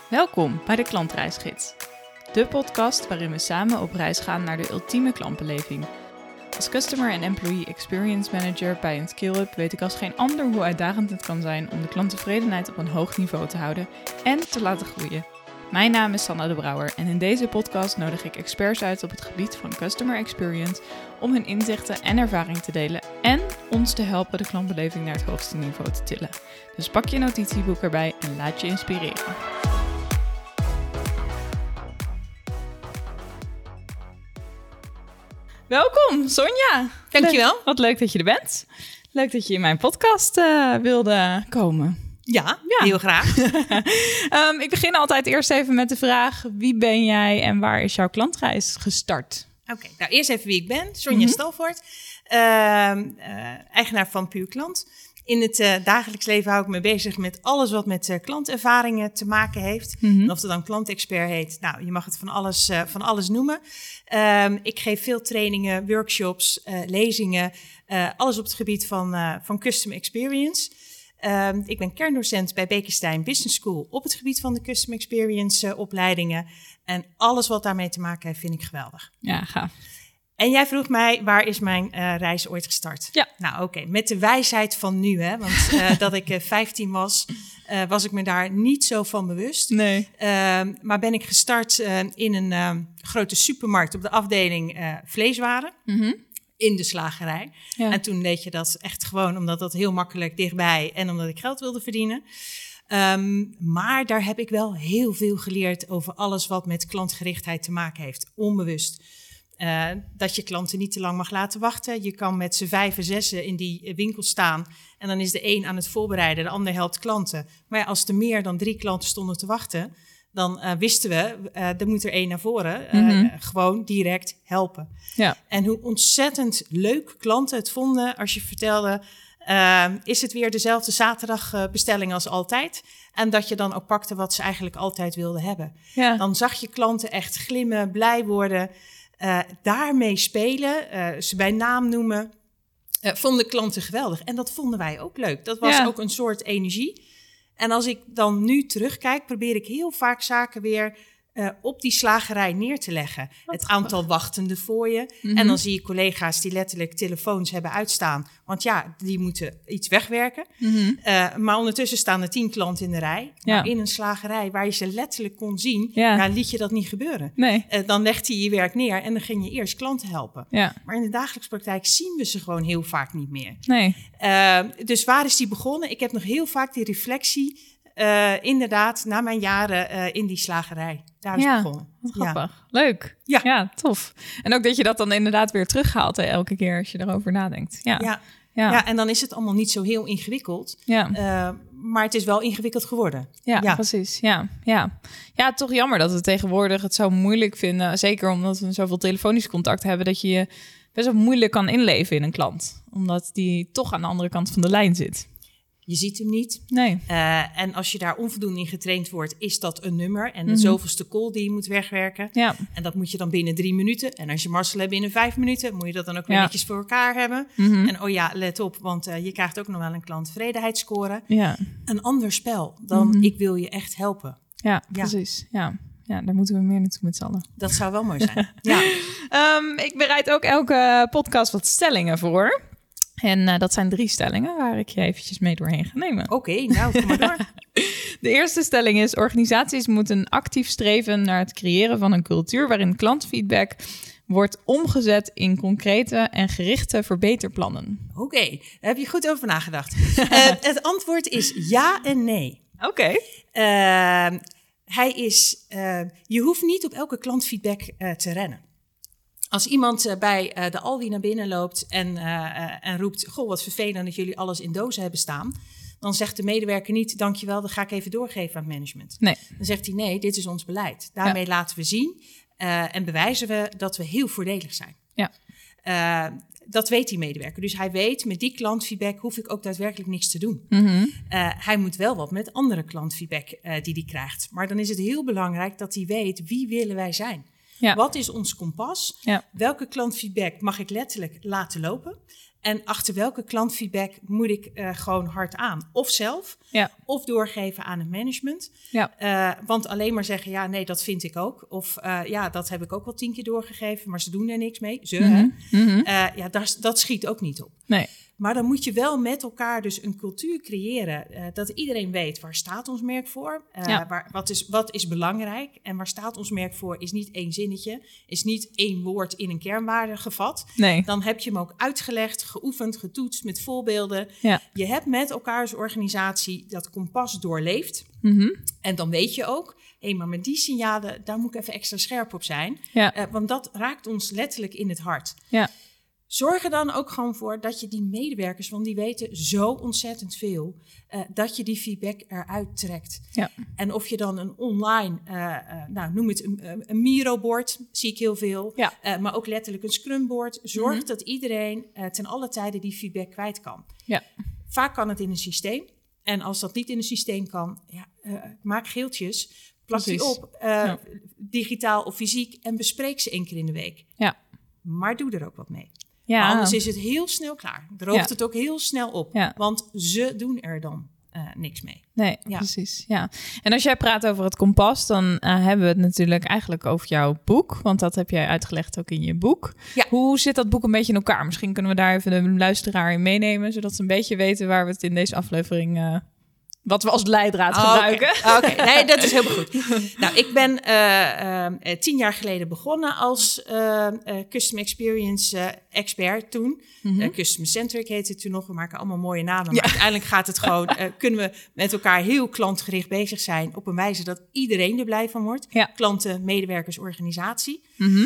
Welkom bij de Klantreisgids. De podcast waarin we samen op reis gaan naar de ultieme klantbeleving. Als Customer en Employee Experience Manager bij een Scale-up weet ik als geen ander hoe uitdagend het kan zijn om de klanttevredenheid op een hoog niveau te houden en te laten groeien. Mijn naam is Sanne de Brouwer en in deze podcast nodig ik experts uit op het gebied van Customer Experience om hun inzichten en ervaring te delen en ons te helpen de klantbeleving naar het hoogste niveau te tillen. Dus pak je notitieboek erbij en laat je inspireren. Welkom, Sonja. Dankjewel. Wat leuk dat je er bent. Leuk dat je in mijn podcast wilde komen. Ja, heel graag. Ik begin altijd eerst even met de vraag: wie ben jij en waar is jouw klantreis gestart? Oké, nou eerst even wie ik ben. Sonja Stalvoort, eigenaar van Puur Klant. In het dagelijks leven hou ik me bezig met alles wat met klantervaringen te maken heeft. En of het dan klantexpert heet, nou, je mag het van alles noemen. Ik geef veel trainingen, workshops, lezingen, alles op het gebied van Customer Experience. Ik ben kerndocent bij Bekenstein Business School op het gebied van de Customer Experience opleidingen. En alles wat daarmee te maken heeft, vind ik geweldig. Ja, gaaf. En jij vroeg mij, waar is mijn reis ooit gestart? Ja. Nou oké, met de wijsheid van nu, hè. Want dat ik 15 was ik me daar niet zo van bewust. Nee. Maar ben ik gestart in een grote supermarkt op de afdeling vleeswaren. In de slagerij. Ja. En toen deed je dat echt gewoon omdat dat heel makkelijk dichtbij en omdat ik geld wilde verdienen. Maar daar heb ik wel heel veel geleerd over alles wat met klantgerichtheid te maken heeft. Onbewust. Dat je klanten niet te lang mag laten wachten. Je kan met z'n 5 en 6 in die winkel staan en dan is de een aan het voorbereiden, de ander helpt klanten. Maar ja, als er meer dan 3 klanten stonden te wachten, dan wisten we, er moet er 1 naar voren. Gewoon direct helpen. Ja. En hoe ontzettend leuk klanten het vonden als je vertelde, is het weer dezelfde zaterdagbestelling als altijd? En dat je dan ook pakte wat ze eigenlijk altijd wilden hebben. Ja. Dan zag je klanten echt glimmen, blij worden, daarmee spelen, ze bij naam noemen. Vonden klanten geweldig. En dat vonden wij ook leuk. Dat was ook een soort energie. En als ik dan nu terugkijk, probeer ik heel vaak zaken weer op die slagerij neer te leggen. Het aantal wachtenden voor je. En dan zie je collega's die letterlijk telefoons hebben uitstaan. Want ja, die moeten iets wegwerken. Maar ondertussen staan er 10 klanten in de rij. Ja. Nou, in een slagerij waar je ze letterlijk kon zien, liet je dat niet gebeuren. Nee. Dan legde je je werk neer en dan ging je eerst klanten helpen. Ja. Maar in de dagelijkse praktijk zien we ze gewoon heel vaak niet meer. Nee. Dus waar is die begonnen? Ik heb nog heel vaak die reflectie, inderdaad, na mijn jaren in die slagerij. Daar is het begonnen. Wat grappig. Ja. Leuk. Ja, tof. En ook dat je dat dan inderdaad weer terughaalt, hè, elke keer als je erover nadenkt. Ja, en dan is het allemaal niet zo heel ingewikkeld. Ja. Maar het is wel ingewikkeld geworden. Ja, precies. Ja, toch jammer dat we tegenwoordig het zo moeilijk vinden. Zeker omdat we zoveel telefonisch contact hebben, dat je je best wel moeilijk kan inleven in een klant. Omdat die toch aan de andere kant van de lijn zit. Je ziet hem niet. Nee. En als je daar onvoldoende in getraind wordt, is dat een nummer. En de zoveelste call die je moet wegwerken. Ja. En dat moet je dan binnen 3 minuten. En als je Marcel hebt binnen 5 minuten, moet je dat dan ook weer netjes voor elkaar hebben. En oh ja, let op, want je krijgt ook nog wel een klanttevredenheidsscore. Ja. Een ander spel dan ik wil je echt helpen. Ja, precies. Ja, daar moeten we meer naartoe met z'n allen. Dat zou wel mooi zijn. Ja. Ik bereid ook elke podcast wat stellingen voor. En dat zijn 3 stellingen waar ik je eventjes mee doorheen ga nemen. Oké, nou, kom maar door. De eerste stelling is: organisaties moeten actief streven naar het creëren van een cultuur waarin klantfeedback wordt omgezet in concrete en gerichte verbeterplannen. Oké, daar heb je goed over nagedacht. Het antwoord is ja en nee. Oké. Je hoeft niet op elke klantfeedback te rennen. Als iemand bij de Aldi naar binnen loopt en roept, goh, wat vervelend dat jullie alles in dozen hebben staan, dan zegt de medewerker niet, dankjewel, dat ga ik even doorgeven aan het management. Nee. Dan zegt hij, nee, dit is ons beleid. Daarmee laten we zien en bewijzen we dat we heel voordelig zijn. Ja. Dat weet die medewerker. Dus hij weet, met die klantfeedback hoef ik ook daadwerkelijk niks te doen. Hij moet wel wat met andere klantfeedback die hij krijgt. Maar dan is het heel belangrijk dat hij weet, wie willen wij zijn? Ja. Wat is ons kompas? Ja. Welke klantfeedback mag ik letterlijk laten lopen? En achter welke klantfeedback moet ik gewoon hard aan? Of zelf, of doorgeven aan het management. Ja. Want alleen maar zeggen, ja, nee, dat vind ik ook. Of dat heb ik ook wel 10 keer doorgegeven, maar ze doen er niks mee. Dat schiet ook niet op. Nee. Maar dan moet je wel met elkaar dus een cultuur creëren. Dat iedereen weet, waar staat ons merk voor? Wat is belangrijk? En waar staat ons merk voor is niet 1 zinnetje. Is niet 1 woord in een kernwaarde gevat. Nee. Dan heb je hem ook uitgelegd, geoefend, getoetst met voorbeelden. Ja. Je hebt met elkaar als organisatie dat kompas doorleefd. En dan weet je ook, maar met die signalen, daar moet ik even extra scherp op zijn. Ja. Want dat raakt ons letterlijk in het hart. Ja. Zorg er dan ook gewoon voor dat je die medewerkers, want die weten zo ontzettend veel, dat je die feedback eruit trekt. Ja. En of je dan een online, noem het een Miro-board, zie ik heel veel, maar ook letterlijk een Scrum-board. Zorg dat iedereen ten alle tijde die feedback kwijt kan. Ja. Vaak kan het in een systeem. En als dat niet in een systeem kan, maak geeltjes, plak die op, digitaal of fysiek, en bespreek ze 1 keer in de week. Ja. Maar doe er ook wat mee. Ja. Maar anders is het heel snel klaar. Droogt het ook heel snel op. Want ze doen er dan niks mee. Nee, precies. Ja. En als jij praat over het kompas, dan hebben we het natuurlijk eigenlijk over jouw boek. Want dat heb jij uitgelegd ook in je boek. Ja. Hoe zit dat boek een beetje in elkaar? Misschien kunnen we daar even de luisteraar in meenemen, zodat ze een beetje weten waar we het in deze aflevering wat we als leidraad gebruiken. Oké. Nee, dat is helemaal goed. Nou, ik ben 10 jaar geleden begonnen als Customer Experience expert toen. Customer Centric heette het toen nog. We maken allemaal mooie namen. Maar uiteindelijk gaat het gewoon, kunnen we met elkaar heel klantgericht bezig zijn op een wijze dat iedereen er blij van wordt. Ja. Klanten, medewerkers, organisatie.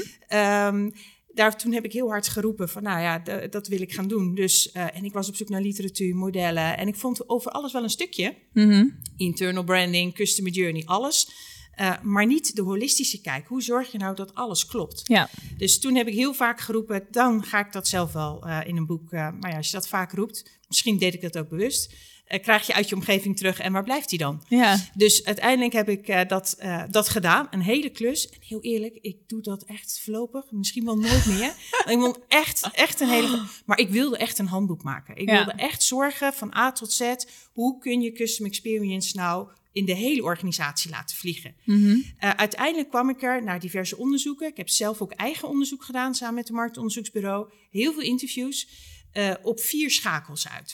Toen heb ik heel hard geroepen van, dat wil ik gaan doen. Dus, en ik was op zoek naar literatuur, modellen. En ik vond over alles wel een stukje. Internal branding, customer journey, alles. Maar niet de holistische kijk. Hoe zorg je nou dat alles klopt? Ja. Dus toen heb ik heel vaak geroepen, dan ga ik dat zelf wel in een boek. Maar als je dat vaak roept, misschien deed ik dat ook bewust, krijg je uit je omgeving terug en waar blijft die dan? Ja. Dus uiteindelijk heb ik dat gedaan, een hele klus. En heel eerlijk, ik doe dat echt voorlopig, misschien wel nooit meer. Ik vond echt een hele... Maar ik wilde echt een handboek maken. Ik wilde echt zorgen van A tot Z, hoe kun je customer experience nou in de hele organisatie laten vliegen. Uiteindelijk kwam ik er naar diverse onderzoeken. Ik heb zelf ook eigen onderzoek gedaan, samen met het marktonderzoeksbureau. Heel veel interviews op 4 schakels uit.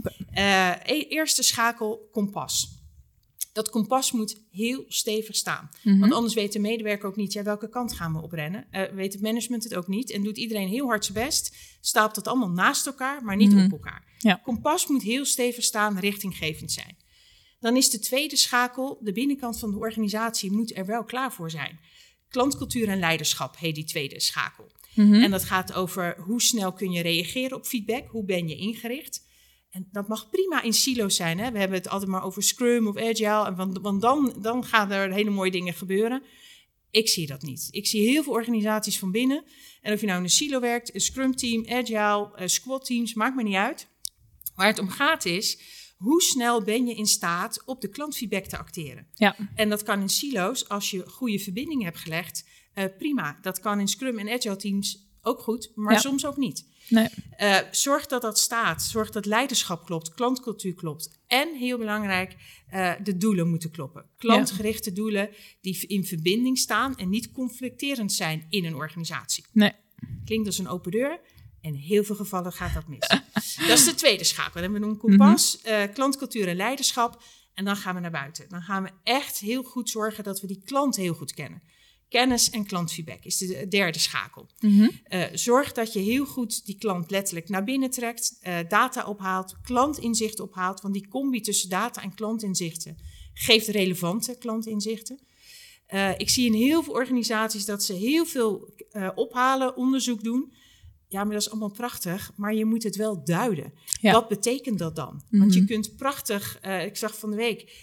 Okay. Eerste schakel, kompas. Dat kompas moet heel stevig staan. Want anders weet de medewerker ook niet, welke kant gaan we oprennen. Weet het management het ook niet. En doet iedereen heel hard zijn best. Stapelt dat allemaal naast elkaar, maar niet op elkaar. Ja. Kompas moet heel stevig staan, richtinggevend zijn. Dan is de tweede schakel, de binnenkant van de organisatie moet er wel klaar voor zijn. Klantcultuur en leiderschap heet die tweede schakel. En dat gaat over hoe snel kun je reageren op feedback. Hoe ben je ingericht? En dat mag prima in silo's zijn. Hè? We hebben het altijd maar over Scrum of Agile. Want dan gaan er hele mooie dingen gebeuren. Ik zie dat niet. Ik zie heel veel organisaties van binnen. En of je nou in een silo werkt, een Scrum team, Agile, squad teams, maakt me niet uit. Waar het om gaat is, hoe snel ben je in staat op de klantfeedback te acteren? Ja. En dat kan in silo's, als je goede verbindingen hebt gelegd, prima. Dat kan in Scrum en Agile teams ook goed, maar soms ook niet. Nee. Zorg dat dat staat. Zorg dat leiderschap klopt, klantcultuur klopt. En heel belangrijk, de doelen moeten kloppen. Klantgerichte doelen die in verbinding staan en niet conflicterend zijn in een organisatie. Nee. Klinkt als een open deur. En in heel veel gevallen gaat dat mis. Dat is de tweede schakel. Dan hebben we een kompas, klantcultuur en leiderschap. En dan gaan we naar buiten. Dan gaan we echt heel goed zorgen dat we die klant heel goed kennen. Kennis en klantfeedback is de derde schakel. Zorg dat je heel goed die klant letterlijk naar binnen trekt, data ophaalt, klantinzichten ophaalt. Want die combi tussen data en klantinzichten geeft relevante klantinzichten. Ik zie in heel veel organisaties dat ze heel veel ophalen, onderzoek doen. Ja, maar dat is allemaal prachtig, maar je moet het wel duiden. Ja. Wat betekent dat dan? Want je kunt prachtig, ik zag van de week,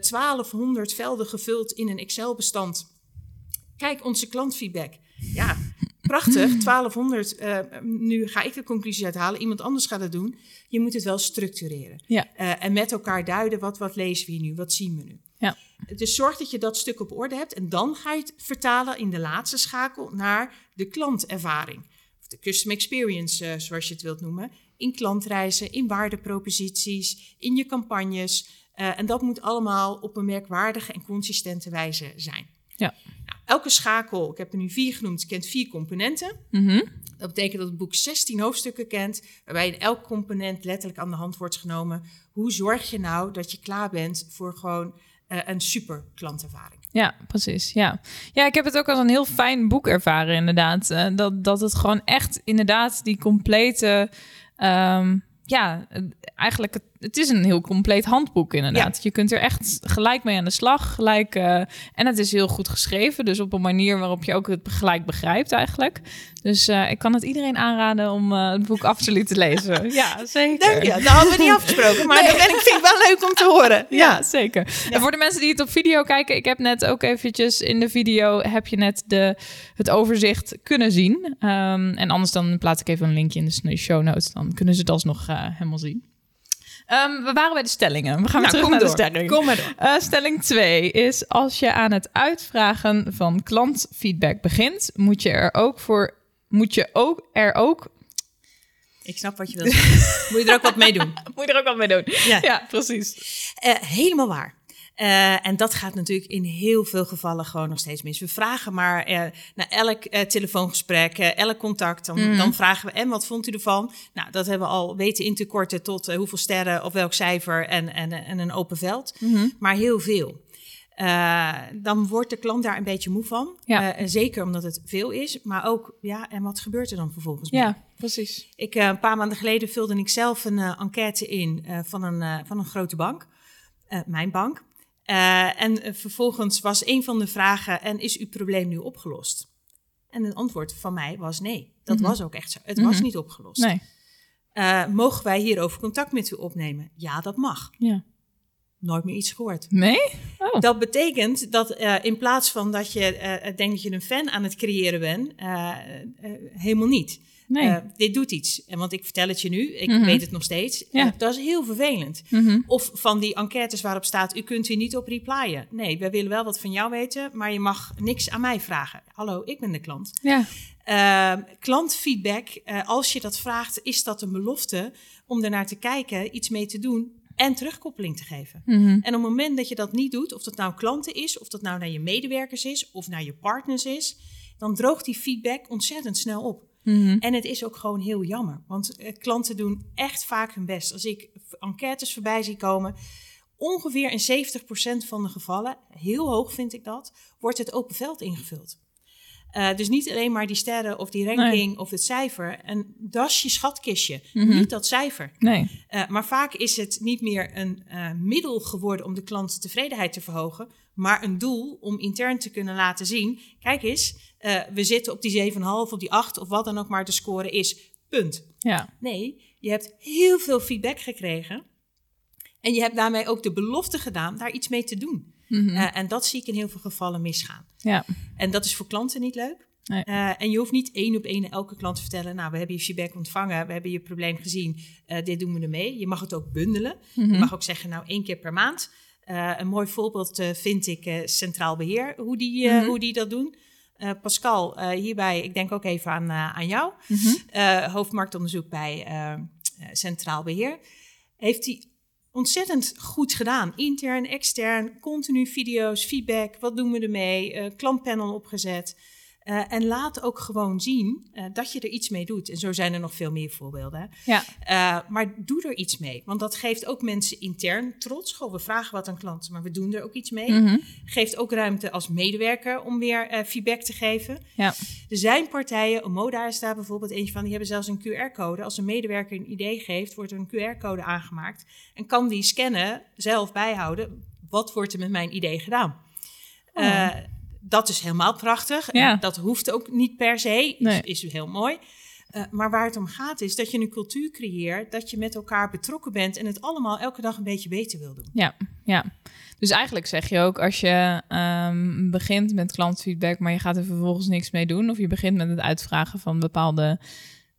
1200 velden gevuld in een Excel-bestand. Kijk, onze klantfeedback. Ja, prachtig, 1200. Nu ga ik de conclusie uithalen, iemand anders gaat het doen. Je moet het wel structureren. Ja. En met elkaar duiden, wat lezen we hier nu, wat zien we nu? Ja. Dus zorg dat je dat stuk op orde hebt. En dan ga je het vertalen in de laatste schakel naar de klantervaring. Of de customer experience, zoals je het wilt noemen. in klantreizen, in waardeproposities, in je campagnes. En dat moet allemaal op een merkwaardige en consistente wijze zijn. Ja. Nou, elke schakel, ik heb er nu 4 genoemd, kent 4 componenten. Dat betekent dat het boek 16 hoofdstukken kent, waarbij in elk component letterlijk aan de hand wordt genomen. Hoe zorg je nou dat je klaar bent voor gewoon een super klantervaring? Ja, precies. Ja, ik heb het ook als een heel fijn boek ervaren, inderdaad. Dat het gewoon echt inderdaad die complete... eigenlijk, het is een heel compleet handboek inderdaad. Ja. Je kunt er echt gelijk mee aan de slag. En het is heel goed geschreven. Dus op een manier waarop je ook het gelijk begrijpt eigenlijk. Dus ik kan het iedereen aanraden om het boek absoluut te lezen. Ja, zeker. Dank je. Dat hadden we niet afgesproken. Maar dat vind ik wel leuk om te horen. Ja, zeker. Ja. En voor de mensen die het op video kijken. Ik heb net ook eventjes in de video... heb je net het overzicht kunnen zien. En anders dan plaats ik even een linkje in de show notes. Dan kunnen ze het alsnog helemaal zien. We waren bij de stellingen. We gaan weer terug naar de stelling. Kom maar door. Stelling 2 is... als je aan het uitvragen van klantfeedback begint... moet je er ook... Ik snap wat je wilt zeggen. Moet je er ook wat mee doen. Moet je er ook wat mee doen. Ja precies. Helemaal waar. En dat gaat natuurlijk in heel veel gevallen gewoon nog steeds mis. We vragen maar na elk telefoongesprek, elk contact, dan vragen we, en wat vond u ervan? Nou, dat hebben we al weten in te korten tot hoeveel sterren of welk cijfer en een open veld. Maar heel veel. Dan wordt de klant daar een beetje moe van. Ja. Zeker omdat het veel is, maar ook, en wat gebeurt er dan vervolgens mee? Ja, precies. Een paar maanden geleden vulde ik zelf een enquête in van een grote bank, mijn bank. En vervolgens was een van de vragen, en is uw probleem nu opgelost? En het antwoord van mij was nee. Dat was ook echt zo. Het was niet opgelost. Nee. Mogen wij hierover contact met u opnemen? Ja, dat mag. Ja. Nooit meer iets gehoord. Nee? Oh. Dat betekent dat in plaats van dat je denkt dat je een fan aan het creëren bent, helemaal niet. Nee. Dit doet iets. Want ik vertel het je nu, ik weet het nog steeds. Ja. Dat is heel vervelend. Of van die enquêtes waarop staat, u kunt hier niet op replyen. Nee, wij willen wel wat van jou weten, maar je mag niks aan mij vragen. Hallo, ik ben de klant. Ja. Klantfeedback, als je dat vraagt, is dat een belofte om ernaar te kijken, iets mee te doen en terugkoppeling te geven. En op het moment dat je dat niet doet, of dat nou klanten is, of dat nou naar je medewerkers is, of naar je partners is, dan droogt die feedback ontzettend snel op. En het is ook gewoon heel jammer, want klanten doen echt vaak hun best. Als ik enquêtes voorbij zie komen, ongeveer in 70% van de gevallen, heel hoog vind ik dat, wordt het open veld ingevuld. Dus niet alleen maar die sterren of die ranking of het cijfer. En dat is je schatkistje, niet dat cijfer. Nee. Maar vaak is het niet meer een middel geworden om de klanttevredenheid te verhogen, maar een doel om intern te kunnen laten zien, kijk eens, we zitten op die 7,5, op die 8 of wat dan ook maar de score is, punt. Ja. Nee, je hebt heel veel feedback gekregen en je hebt daarmee ook de belofte gedaan daar iets mee te doen. En dat zie ik in heel veel gevallen misgaan. Ja. En dat is voor klanten niet leuk. Nee. En je hoeft niet 1 op 1 elke klant te vertellen, nou, we hebben je feedback ontvangen, we hebben je probleem gezien, dit doen we ermee. Je mag het ook bundelen. Je mag ook zeggen, nou, 1 keer per maand. Een mooi voorbeeld vind ik Centraal Beheer, hoe die dat doen. Pascal, hierbij, ik denk ook even aan jou. Hoofdmarktonderzoek bij Centraal Beheer. Heeft hij ontzettend goed gedaan. Intern, extern, continu video's, feedback. Wat doen we ermee? Klantpanel opgezet. En laat ook gewoon zien dat je er iets mee doet. En zo zijn er nog veel meer voorbeelden. Ja. Maar doe er iets mee. Want dat geeft ook mensen intern trots. Goh, we vragen wat aan klanten, maar we doen er ook iets mee. Geeft ook ruimte als medewerker om weer feedback te geven. Ja. Er zijn partijen, Omoda is daar bijvoorbeeld eentje van, die hebben zelfs een QR-code. Als een medewerker een idee geeft, wordt er een QR-code aangemaakt. En kan die scannen, zelf bijhouden, wat wordt er met mijn idee gedaan? Dat is helemaal prachtig. Ja. Dat hoeft ook niet per se. Nee. Is heel mooi. Maar waar het om gaat is dat je een cultuur creëert, dat je met elkaar betrokken bent en het allemaal elke dag een beetje beter wil doen. Ja, ja. Dus eigenlijk zeg je ook, als je begint met klantfeedback, maar je gaat er vervolgens niks mee doen, of je begint met het uitvragen van bepaalde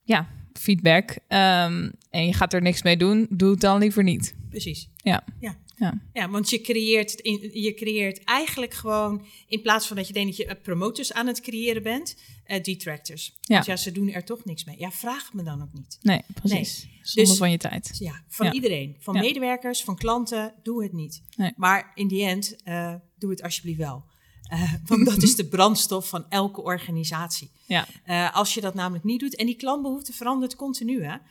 feedback en je gaat er niks mee doen, doe het dan liever niet. Precies. Ja. Ja, want je creëert eigenlijk gewoon, in plaats van dat je denkt dat je promotors aan het creëren bent, detractors. Ja. Want ze doen er toch niks mee. Ja, vraag me dan ook niet. Nee, precies. Zonde van je tijd. Ja, van iedereen. Van medewerkers, van klanten, doe het niet. Nee. Maar in the end, doe het alsjeblieft wel. Want dat is de brandstof van elke organisatie. Ja. Als je dat namelijk niet doet. En die klantbehoefte verandert continu. Hè?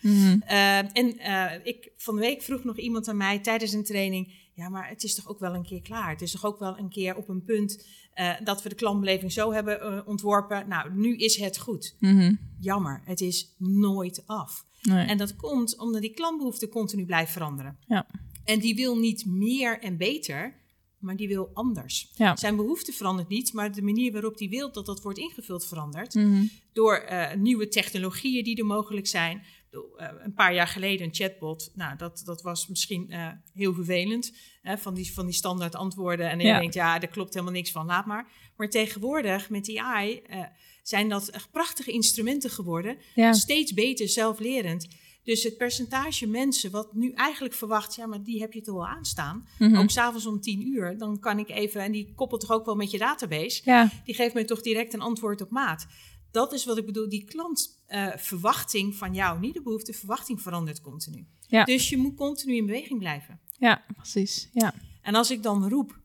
Van de week vroeg nog iemand aan mij tijdens een training. Ja, maar het is toch ook wel een keer klaar. Het is toch ook wel een keer op een punt dat we de klantbeleving zo hebben ontworpen. Nou, nu is het goed. Jammer, het is nooit af. Nee. En dat komt omdat die klantbehoefte continu blijft veranderen. Ja. En die wil niet meer en beter, maar die wil anders. Ja. Zijn behoefte verandert niet, maar de manier waarop die wil dat wordt ingevuld verandert. Door nieuwe technologieën die er mogelijk zijn. Een paar jaar geleden een chatbot, nou dat was misschien heel vervelend. Van die standaard antwoorden. En je denkt, daar klopt helemaal niks van, laat maar. Maar tegenwoordig met AI zijn dat echt prachtige instrumenten geworden. Ja. Steeds beter zelflerend. Dus het percentage mensen wat nu eigenlijk verwacht, ja, maar die heb je toch wel aanstaan. Ook 's avonds om 10:00, dan kan ik even, en die koppelt toch ook wel met je database. Ja. Die geeft mij toch direct een antwoord op maat. Dat is wat ik bedoel, die klantverwachting van jou, niet de behoefte, verwachting verandert continu. Ja. Dus je moet continu in beweging blijven. Ja, precies. Ja. En als ik dan roep,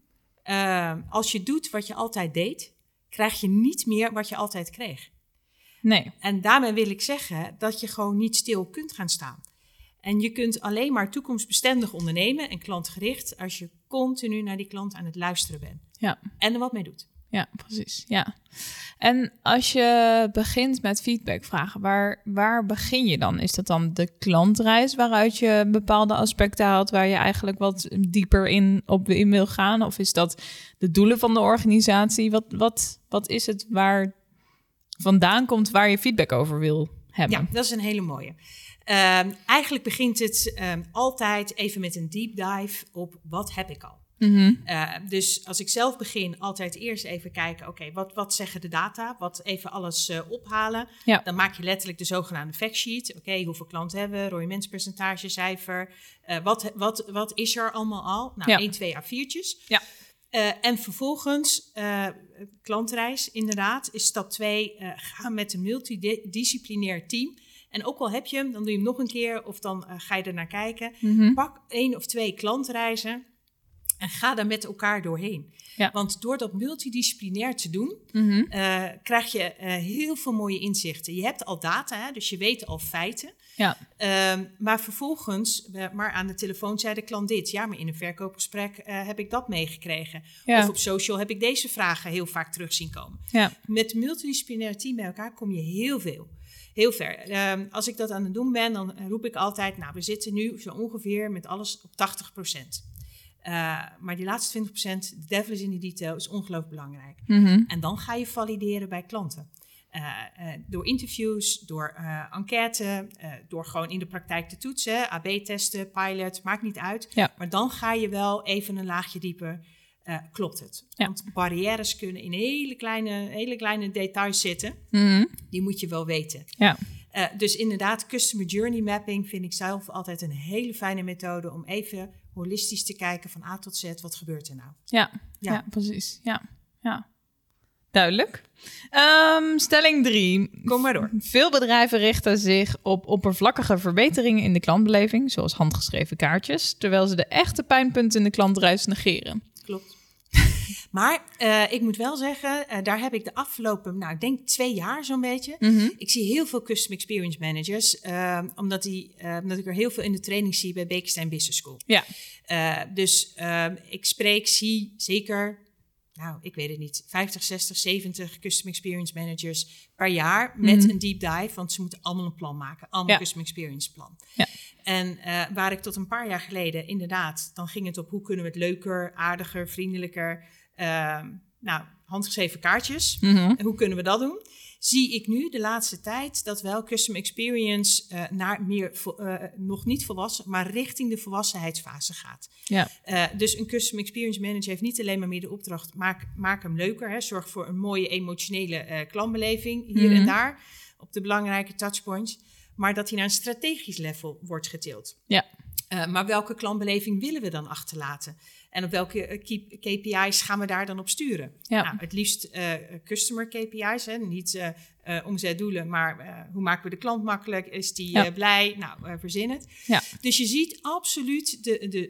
als je doet wat je altijd deed, krijg je niet meer wat je altijd kreeg. Nee. En daarmee wil ik zeggen dat je gewoon niet stil kunt gaan staan. En je kunt alleen maar toekomstbestendig ondernemen en klantgericht als je continu naar die klant aan het luisteren bent. Ja. En er wat mee doet. Ja, precies. Ja. En als je begint met feedbackvragen, waar begin je dan? Is dat dan de klantreis waaruit je bepaalde aspecten haalt waar je eigenlijk wat dieper in wil gaan? Of is dat de doelen van de organisatie? Wat is het waar vandaan komt waar je feedback over wil hebben? Ja, dat is een hele mooie. Eigenlijk begint het altijd even met een deep dive op wat heb ik al. Dus als ik zelf begin, altijd eerst even kijken, oké, wat zeggen de data? Wat even alles ophalen. Ja. Dan maak je letterlijk de zogenaamde factsheet. Oké, hoeveel klanten hebben we? Rode menspercentage, cijfer. Wat is er allemaal al? Nou, 1, 2 A4'tjes. Ja. En vervolgens, klantreis inderdaad, is stap 2, ga met een multidisciplinair team. En ook al heb je hem, dan doe je hem nog een keer of dan ga je er naar kijken. Pak 1 of 2 klantreizen en ga daar met elkaar doorheen. Ja. Want door dat multidisciplinair te doen, krijg je heel veel mooie inzichten. Je hebt al data, hè, dus je weet al feiten. Ja. Maar vervolgens, maar aan de telefoon zei de klant dit. Ja, maar in een verkoopgesprek heb ik dat meegekregen. Ja. Of op social heb ik deze vragen heel vaak terug zien komen. Ja. Met een multidisciplinair team bij elkaar kom je heel ver. Als ik dat aan het doen ben, dan roep ik altijd, nou, we zitten nu zo ongeveer met alles op 80%. Maar die laatste 20%, de devil is in de detail, is ongelooflijk belangrijk. En dan ga je valideren bij klanten. Door interviews, door enquête, door gewoon in de praktijk te toetsen, AB-testen, pilot, maakt niet uit. Ja. Maar dan ga je wel even een laagje dieper. Klopt het? Ja. Want barrières kunnen in hele kleine details zitten. Die moet je wel weten. Ja. Dus inderdaad, customer journey mapping vind ik zelf altijd een hele fijne methode om even holistisch te kijken van A tot Z, wat gebeurt er nou? Ja, precies. Ja. Duidelijk. Stelling 3. Kom maar door. Veel bedrijven richten zich op oppervlakkige verbeteringen in de klantbeleving, zoals handgeschreven kaartjes, terwijl ze de echte pijnpunten in de klantreis negeren. Klopt. Maar ik moet wel zeggen, daar heb ik de afgelopen, ik denk 2 jaar zo'n beetje. Ik zie heel veel custom experience managers, omdat ik er heel veel in de training zie bij Bekenstein Business School. Ja. Dus ik zie zeker, ik weet het niet, 50, 60, 70 custom experience managers per jaar met een deep dive, want ze moeten allemaal een plan maken, allemaal custom experience plan. Ja. En waar ik tot een paar jaar geleden inderdaad, dan ging het op hoe kunnen we het leuker, aardiger, vriendelijker, handgeschreven kaartjes. En hoe kunnen we dat doen? Zie ik nu de laatste tijd dat wel custom experience naar meer, nog niet volwassen, maar richting de volwassenheidsfase gaat. Ja. Dus een custom experience manager heeft niet alleen maar meer de opdracht, maak hem leuker. Hè, zorg voor een mooie emotionele klantbeleving hier en daar op de belangrijke touchpoints. Maar dat hij naar een strategisch level wordt getild. Ja. Maar welke klantbeleving willen we dan achterlaten? En op welke KPI's gaan we daar dan op sturen? Ja. Nou, het liefst customer KPI's, hè? Niet omzetdoelen, maar hoe maken we de klant makkelijk? Is die blij? Nou, verzin het. Ja. Dus je ziet absoluut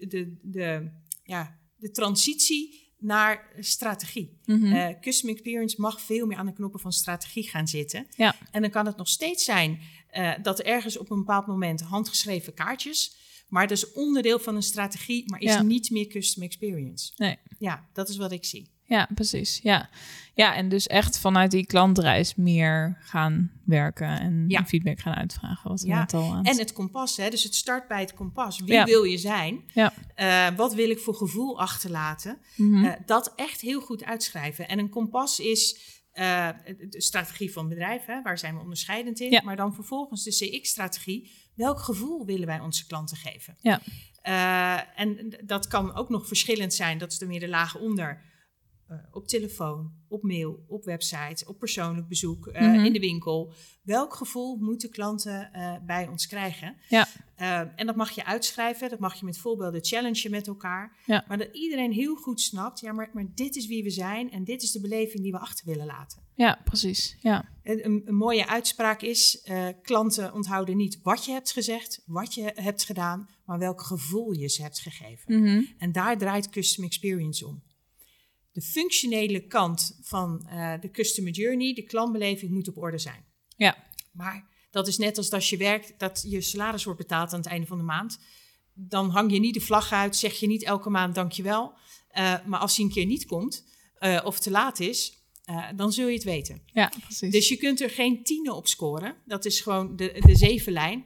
de transitie naar strategie. Customer experience mag veel meer aan de knoppen van strategie gaan zitten. Ja. En dan kan het nog steeds zijn dat er ergens op een bepaald moment handgeschreven kaartjes, maar dat is onderdeel van een strategie, maar is niet meer customer experience. Nee. Ja, dat is wat ik zie. Ja, precies. Ja, en dus echt vanuit die klantreis meer gaan werken en feedback gaan uitvragen. Wat we net al aan. En het kompas, hè? Dus het start bij het kompas. Wie wil je zijn? Ja. Wat wil ik voor gevoel achterlaten? Dat echt heel goed uitschrijven. En een kompas is de strategie van het bedrijf, hè? Waar zijn we onderscheidend in? Ja. Maar dan vervolgens de CX-strategie. Welk gevoel willen wij onze klanten geven? Ja. En dat kan ook nog verschillend zijn. Dat is de meer de laag onder. Op telefoon, op mail, op website, op persoonlijk bezoek, in de winkel. Welk gevoel moeten klanten bij ons krijgen? Ja. En dat mag je uitschrijven, dat mag je met voorbeelden challengen met elkaar. Ja. Maar dat iedereen heel goed snapt, maar dit is wie we zijn en dit is de beleving die we achter willen laten. Ja, precies. Ja. Een mooie uitspraak is, klanten onthouden niet wat je hebt gezegd, wat je hebt gedaan, maar welk gevoel je ze hebt gegeven. En daar draait Customer Experience om. De functionele kant van de customer journey, de klantbeleving, moet op orde zijn. Ja. Maar dat is net als je werkt, dat je salaris wordt betaald aan het einde van de maand. Dan hang je niet de vlag uit, zeg je niet elke maand dankjewel. Maar als hij een keer niet komt of te laat is, dan zul je het weten. Ja, precies. Dus je kunt er geen 10 op scoren. Dat is gewoon de 7-lijn.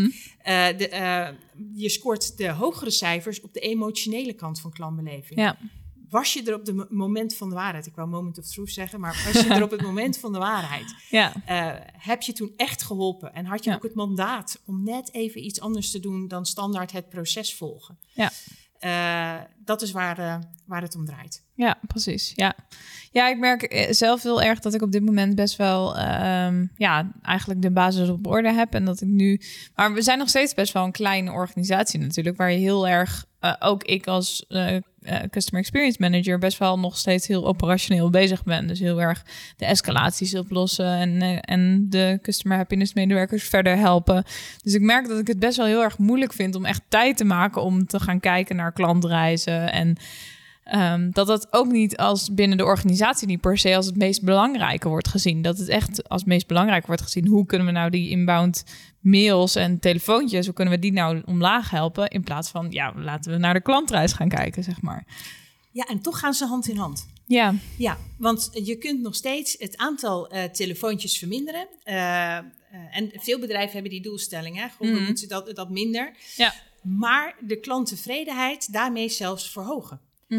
Je scoort de hogere cijfers op de emotionele kant van klantbeleving. Ja. Was je er op het moment van de waarheid, ik wou moment of truth zeggen, maar was je er op het moment van de waarheid, heb je toen echt geholpen en had je ook het mandaat om net even iets anders te doen dan standaard het proces volgen. Ja. Dat is waar het om draait. Ja, precies. Ja, ik merk zelf heel erg dat ik op dit moment best wel eigenlijk de basis op orde heb. En dat ik nu. Maar we zijn nog steeds best wel een kleine organisatie natuurlijk, waar je heel erg, ook ik als Customer Experience Manager, best wel nog steeds heel operationeel bezig ben. Dus heel erg de escalaties oplossen en de Customer Happiness medewerkers verder helpen. Dus ik merk dat ik het best wel heel erg moeilijk vind om echt tijd te maken om te gaan kijken naar klantreizen. En dat ook niet als binnen de organisatie niet per se als het meest belangrijke wordt gezien. Dat het echt als het meest belangrijk wordt gezien. Hoe kunnen we nou die inbound mails en telefoontjes, hoe kunnen we die nou omlaag helpen? In plaats van, laten we naar de klantreis gaan kijken, zeg maar. Ja, en toch gaan ze hand in hand. Ja, want je kunt nog steeds het aantal telefoontjes verminderen. En veel bedrijven hebben die doelstelling, hè? We moeten dat minder. Ja. Maar de klanttevredenheid daarmee zelfs verhogen.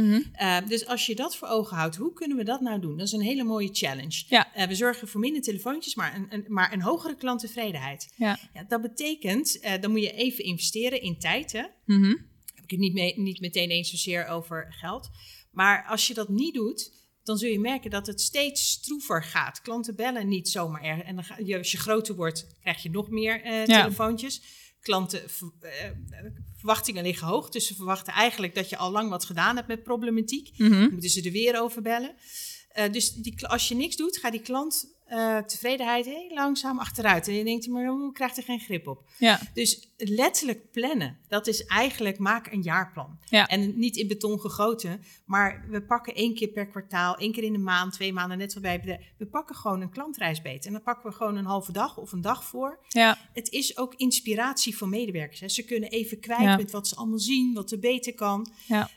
Dus als je dat voor ogen houdt, hoe kunnen we dat nou doen? Dat is een hele mooie challenge. Ja. We zorgen voor minder telefoontjes, maar een hogere klanttevredenheid. Ja. Ja, dat betekent, dan moet je even investeren in tijd. Hè? Heb ik het niet meteen eens zozeer over geld. Maar als je dat niet doet, dan zul je merken dat het steeds stroever gaat. Klanten bellen niet zomaar erg. En als je groter wordt, krijg je nog meer telefoontjes. Klanten verwachtingen liggen hoog. Dus ze verwachten eigenlijk dat je al lang wat gedaan hebt met problematiek. Dan moeten ze er weer over bellen. Dus als je niks doet, gaat die klanttevredenheid heel langzaam achteruit. En je denkt, maar hoe krijgt er geen grip op? Ja. Dus letterlijk plannen, dat is eigenlijk maak een jaarplan. Ja. En niet in beton gegoten, maar we pakken 1 keer per kwartaal, 1 keer in de maand, 2 maanden, net zoals we pakken gewoon een klantreis beet. En dan pakken we gewoon een halve dag of een dag voor. Ja. Het is ook inspiratie voor medewerkers. Hè. Ze kunnen even kwijt met wat ze allemaal zien, wat er beter kan. Ja.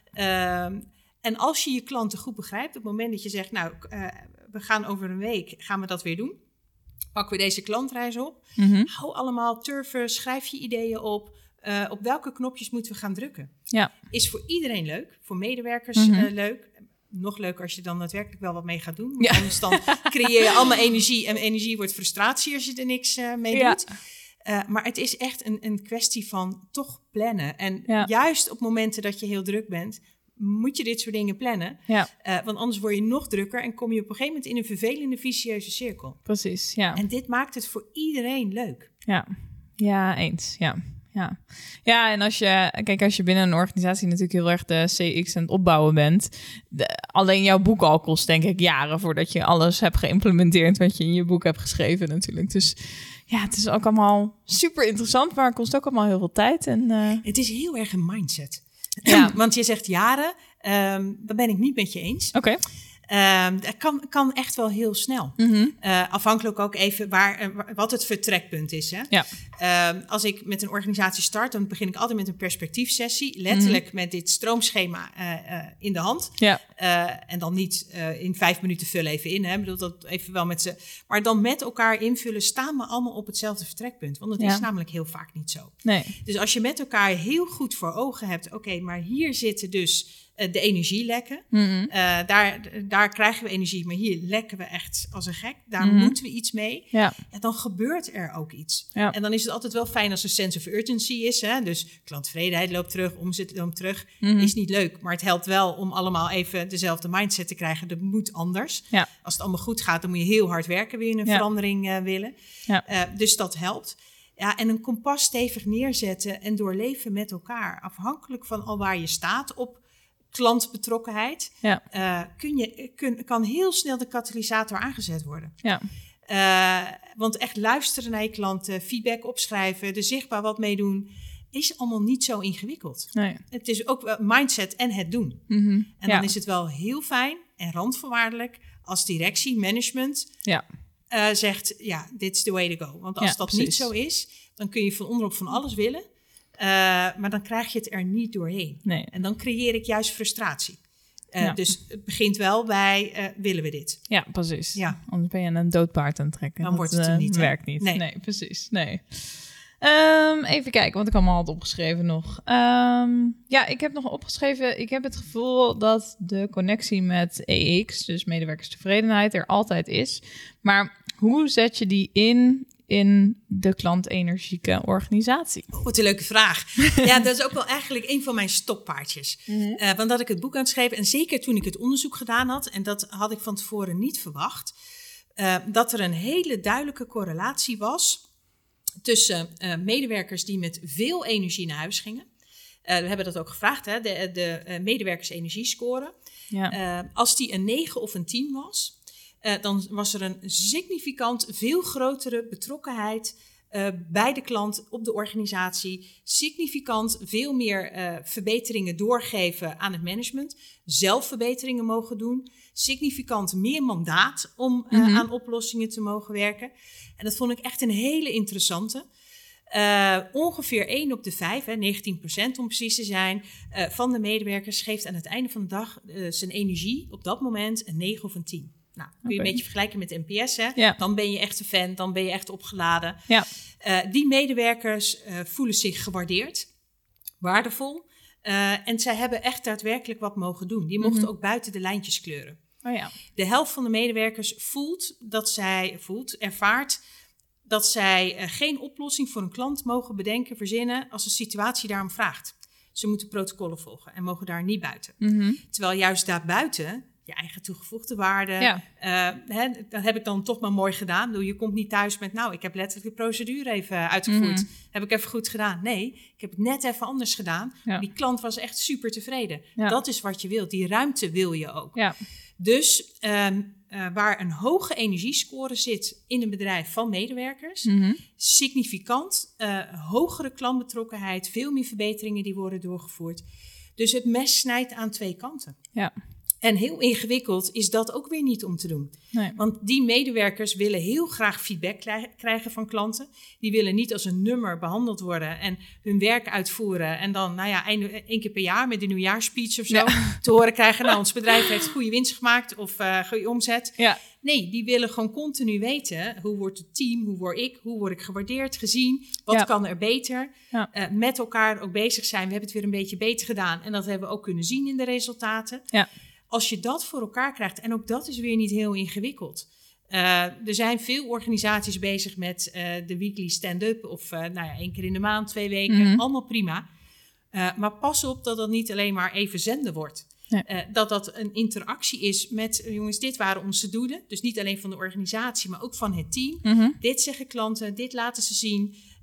En als je je klanten goed begrijpt, op het moment dat je zegt, we gaan over een week, gaan we dat weer doen. Pakken we deze klantreis op. Hou allemaal turven, schrijf je ideeën op. Op welke knopjes moeten we gaan drukken? Ja. Is voor iedereen leuk, voor medewerkers leuk. Nog leuker als je dan daadwerkelijk wel wat mee gaat doen. Want anders dan creëer je allemaal energie en energie wordt frustratie als je er niks mee doet. Maar het is echt een kwestie van toch plannen. En juist op momenten dat je heel druk bent, moet je dit soort dingen plannen. Ja. Want anders word je nog drukker en kom je op een gegeven moment in een vervelende, vicieuze cirkel. Precies, ja. En dit maakt het voor iedereen leuk. Ja, eens. Ja, Ja, en als je binnen een organisatie natuurlijk heel erg de CX aan het opbouwen bent, alleen jouw boek al kost denk ik jaren voordat je alles hebt geïmplementeerd wat je in je boek hebt geschreven natuurlijk. Dus ja, het is ook allemaal super interessant, maar het kost ook allemaal heel veel tijd. En, Het is heel erg een mindset. Ja. Want je zegt jaren, daar ben ik niet met je eens. Oké. Dat kan echt wel heel snel. Afhankelijk ook even wat het vertrekpunt is. Hè? Ja. Als ik met een organisatie start, dan begin ik altijd met een perspectiefsessie. Letterlijk met dit stroomschema in de hand. Ja. En dan niet in 5 minuten vullen even in. Hè? Ik bedoel, dat even wel met ze. Maar dan met elkaar invullen, staan we allemaal op hetzelfde vertrekpunt. Want dat is namelijk heel vaak niet zo. Nee. Dus als je met elkaar heel goed voor ogen hebt, oké, maar hier zitten dus de energielekken. Daar krijgen we energie, maar hier lekken we echt als een gek. Daar moeten we iets mee. Ja. En dan gebeurt er ook iets. Ja. En dan is het altijd wel fijn als er sense of urgency is. Hè? Dus klanttevredenheid loopt terug, omzet loopt terug. Is niet leuk, maar het helpt wel om allemaal even dezelfde mindset te krijgen. Dat moet anders. Ja. Als het allemaal goed gaat, dan moet je heel hard werken, wil je een verandering willen. Ja. Dus dat helpt. Ja, en een kompas stevig neerzetten en doorleven met elkaar. Afhankelijk van al waar je staat op klantbetrokkenheid, kan heel snel de katalysator aangezet worden. Ja. Want echt luisteren naar je klanten, feedback opschrijven, er zichtbaar wat mee doen, is allemaal niet zo ingewikkeld. Nee. Het is ook mindset en het doen. En dan is het wel heel fijn en randvoorwaardelijk als directie, management zegt, dit is the way to go. Want als dat niet zo is, dan kun je van onderop van alles willen. Maar dan krijg je het er niet doorheen. Nee. En dan creëer ik juist frustratie. Dus het begint wel bij, willen we dit? Ja, precies. Ja. Anders ben je een dood paard aan het trekken. Dan wordt het er niet. Werkt niet. Nee, precies. Nee. Even kijken, wat ik allemaal had opgeschreven nog. Ik heb nog opgeschreven, ik heb het gevoel dat de connectie met EX, dus medewerkerstevredenheid, er altijd is. Maar hoe zet je die in de klantenergieke organisatie? Oh, wat een leuke vraag. Ja, dat is ook wel eigenlijk een van mijn stokpaardjes. Want dat ik het boek aan het schrijven, en zeker toen ik het onderzoek gedaan had, en dat had ik van tevoren niet verwacht, dat er een hele duidelijke correlatie was tussen medewerkers die met veel energie naar huis gingen. We hebben dat ook gevraagd, hè? De medewerkers energiescore. Ja. Als die een 9 of een 10 was, dan was er een significant veel grotere betrokkenheid bij de klant op de organisatie. Significant veel meer verbeteringen doorgeven aan het management. Zelf verbeteringen mogen doen. Significant meer mandaat om aan oplossingen te mogen werken. En dat vond ik echt een hele interessante. Ongeveer 1 op de 5, 19% om precies te zijn, van de medewerkers geeft aan het einde van de dag zijn energie op dat moment een 9 of een 10. Nou, kun je een beetje vergelijken met NPS. Hè? Ja. Dan ben je echt een fan, dan ben je echt opgeladen. Ja. Die medewerkers voelen zich gewaardeerd, waardevol. En zij hebben echt daadwerkelijk wat mogen doen. Die mochten ook buiten de lijntjes kleuren. Oh ja. De helft van de medewerkers ervaart dat zij geen oplossing voor een klant mogen bedenken, verzinnen als de situatie daarom vraagt. Ze moeten protocollen volgen en mogen daar niet buiten. Terwijl juist daarbuiten je eigen toegevoegde waarde, dat heb ik dan toch maar mooi gedaan. Je komt niet thuis met, ik heb letterlijk de procedure even uitgevoerd. Heb ik even goed gedaan? Nee, ik heb het net even anders gedaan. Ja. Die klant was echt super tevreden. Ja. Dat is wat je wilt. Die ruimte wil je ook. Ja. Dus waar een hoge energiescore zit in een bedrijf van medewerkers, significant hogere klantbetrokkenheid, veel meer verbeteringen die worden doorgevoerd. Dus het mes snijdt aan 2 kanten. Ja. En heel ingewikkeld is dat ook weer niet om te doen. Nee. Want die medewerkers willen heel graag feedback krijgen van klanten. Die willen niet als een nummer behandeld worden en hun werk uitvoeren. En dan, 1 keer per jaar met de nieuwjaarspeech of zo te horen krijgen. Ons bedrijf heeft goede winst gemaakt of goede omzet. Ja. Nee, die willen gewoon continu weten, hoe wordt het team, hoe word ik gewaardeerd, gezien, wat kan er beter. Ja. Met elkaar ook bezig zijn, we hebben het weer een beetje beter gedaan. En dat hebben we ook kunnen zien in de resultaten. Ja. Als je dat voor elkaar krijgt, en ook dat is weer niet heel ingewikkeld. Er zijn veel organisaties bezig met de weekly stand-up of 1 keer in de maand, 2 weken. Allemaal prima. Maar pas op dat dat niet alleen maar even zenden wordt. Ja. Dat een interactie is met, jongens, dit waren onze doelen. Dus niet alleen van de organisatie, maar ook van het team. Dit zeggen klanten, dit laten ze zien.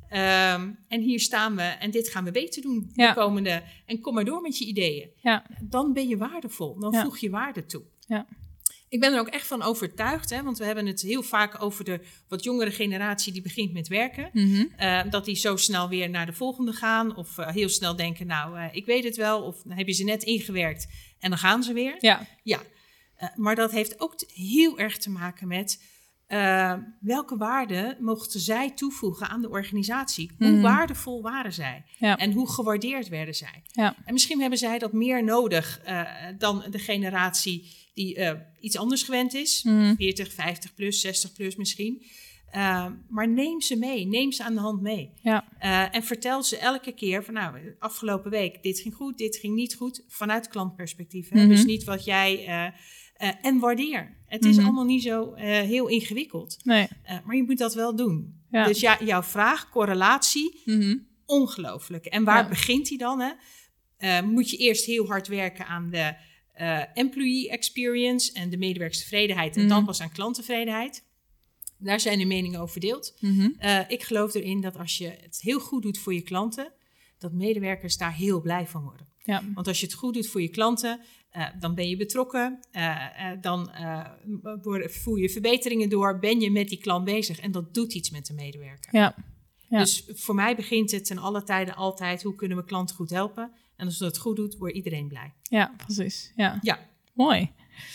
En hier staan we en dit gaan we beter doen de komende. En kom maar door met je ideeën. Ja. Dan ben je waardevol. Dan voeg je waarde toe. Ja. Ik ben er ook echt van overtuigd, want we hebben het heel vaak over de wat jongere generatie die begint met werken. Dat die zo snel weer naar de volgende gaan of heel snel denken, ik weet het wel. Of dan heb je ze net ingewerkt en dan gaan ze weer. Ja. Maar dat heeft ook heel erg te maken met welke waarde mochten zij toevoegen aan de organisatie? Hoe waardevol waren zij? Ja. En hoe gewaardeerd werden zij? Ja. En misschien hebben zij dat meer nodig dan de generatie die iets anders gewend is. 40, 50 plus, 60 plus misschien. Maar neem ze mee. Neem ze aan de hand mee. Ja. En vertel ze elke keer van afgelopen week, dit ging goed, dit ging niet goed. Vanuit klantperspectief. Dus niet wat jij... en waardeer. Het is allemaal niet zo heel ingewikkeld. Nee. Maar je moet dat wel doen. Ja. Dus jouw vraag, correlatie, ongelooflijk. En waar begint die dan? Moet je eerst heel hard werken aan de employee experience en de medewerkerstevredenheid en dan pas aan klanttevredenheid. Daar zijn de meningen over verdeeld. Ik geloof erin dat als je het heel goed doet voor je klanten, dat medewerkers daar heel blij van worden. Ja. Want als je het goed doet voor je klanten, dan ben je betrokken, dan voer je verbeteringen door, ben je met die klant bezig en dat doet iets met de medewerker. Ja. Ja. Dus voor mij begint het ten alle tijden altijd, hoe kunnen we klanten goed helpen? En als we het goed doet, wordt iedereen blij. Ja, precies. Ja. Mooi.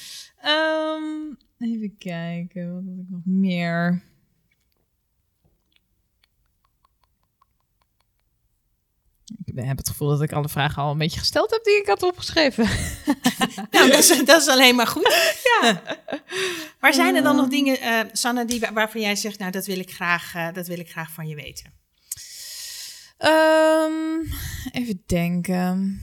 Even kijken, wat heb ik nog meer? Ik heb het gevoel dat ik alle vragen al een beetje gesteld heb die ik had opgeschreven. Dat is alleen maar goed. Ja. Maar zijn er dan nog dingen, Sanne, waarvan jij zegt, dat wil ik graag van je weten? Even denken.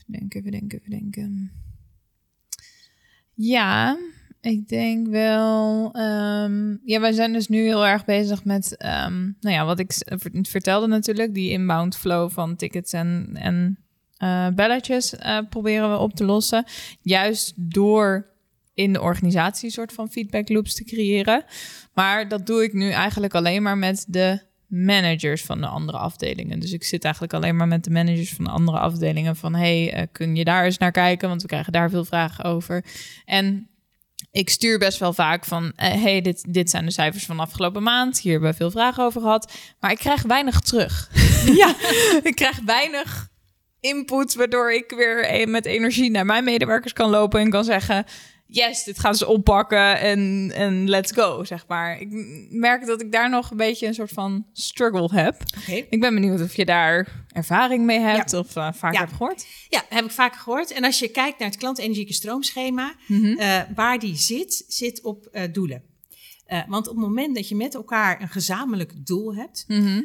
Ja, ik denk wel... wij zijn dus nu heel erg bezig met... wat ik vertelde natuurlijk... die inbound flow van tickets en belletjes proberen we op te lossen. Juist door in de organisatie een soort van feedback loops te creëren. Maar dat doe ik nu eigenlijk alleen maar met de managers van de andere afdelingen. Dus ik zit eigenlijk alleen maar met de managers van de andere afdelingen van kun je daar eens naar kijken? Want we krijgen daar veel vragen over. En ik stuur best wel vaak van dit zijn de cijfers van de afgelopen maand. Hier hebben we veel vragen over gehad. Maar ik krijg weinig terug. Ja, ik krijg weinig input, waardoor ik weer met energie naar mijn medewerkers kan lopen en kan zeggen, yes, dit gaan ze oppakken en let's go, zeg maar. Ik merk dat ik daar nog een beetje een soort van struggle heb. Okay. Ik ben benieuwd of je daar ervaring mee hebt of vaak hebt gehoord. Ja, heb ik vaak gehoord. En als je kijkt naar het klantenergieke stroomschema, waar die zit op doelen. Want op het moment dat je met elkaar een gezamenlijk doel hebt,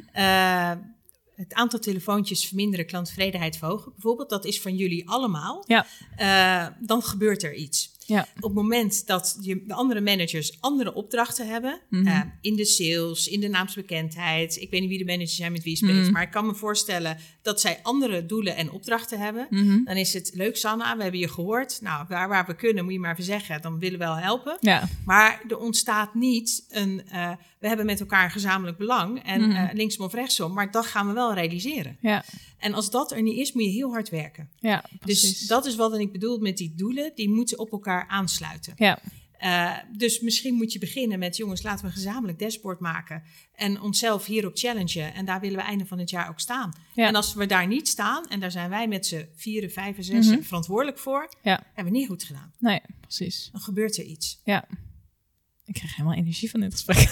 het aantal telefoontjes verminderen, klanttevredenheid verhogen bijvoorbeeld, dat is van jullie allemaal, dan gebeurt er iets. Ja. Op het moment dat de andere managers andere opdrachten hebben, in de sales, in de naamsbekendheid, ik weet niet wie de managers zijn met wie je spreekt, maar ik kan me voorstellen dat zij andere doelen en opdrachten hebben, dan is het leuk, Sanna, we hebben je gehoord, waar we kunnen, moet je maar even zeggen, dan willen we wel helpen. Ja. Maar er ontstaat niet we hebben met elkaar een gezamenlijk belang en linksom of rechtsom, maar dat gaan we wel realiseren. Ja. En als dat er niet is, moet je heel hard werken. Ja, dus dat is wat ik bedoel met die doelen. Die moeten op elkaar aansluiten. Ja. Dus misschien moet je beginnen met, jongens, laten we een gezamenlijk dashboard maken. En onszelf hierop challengen. En daar willen we einde van het jaar ook staan. Ja. En als we daar niet staan, en daar zijn wij met z'n 4, 5 en 6 verantwoordelijk voor, hebben we niet goed gedaan. Nee, precies. Dan gebeurt er iets. Ja. Ik krijg helemaal energie van dit gesprek.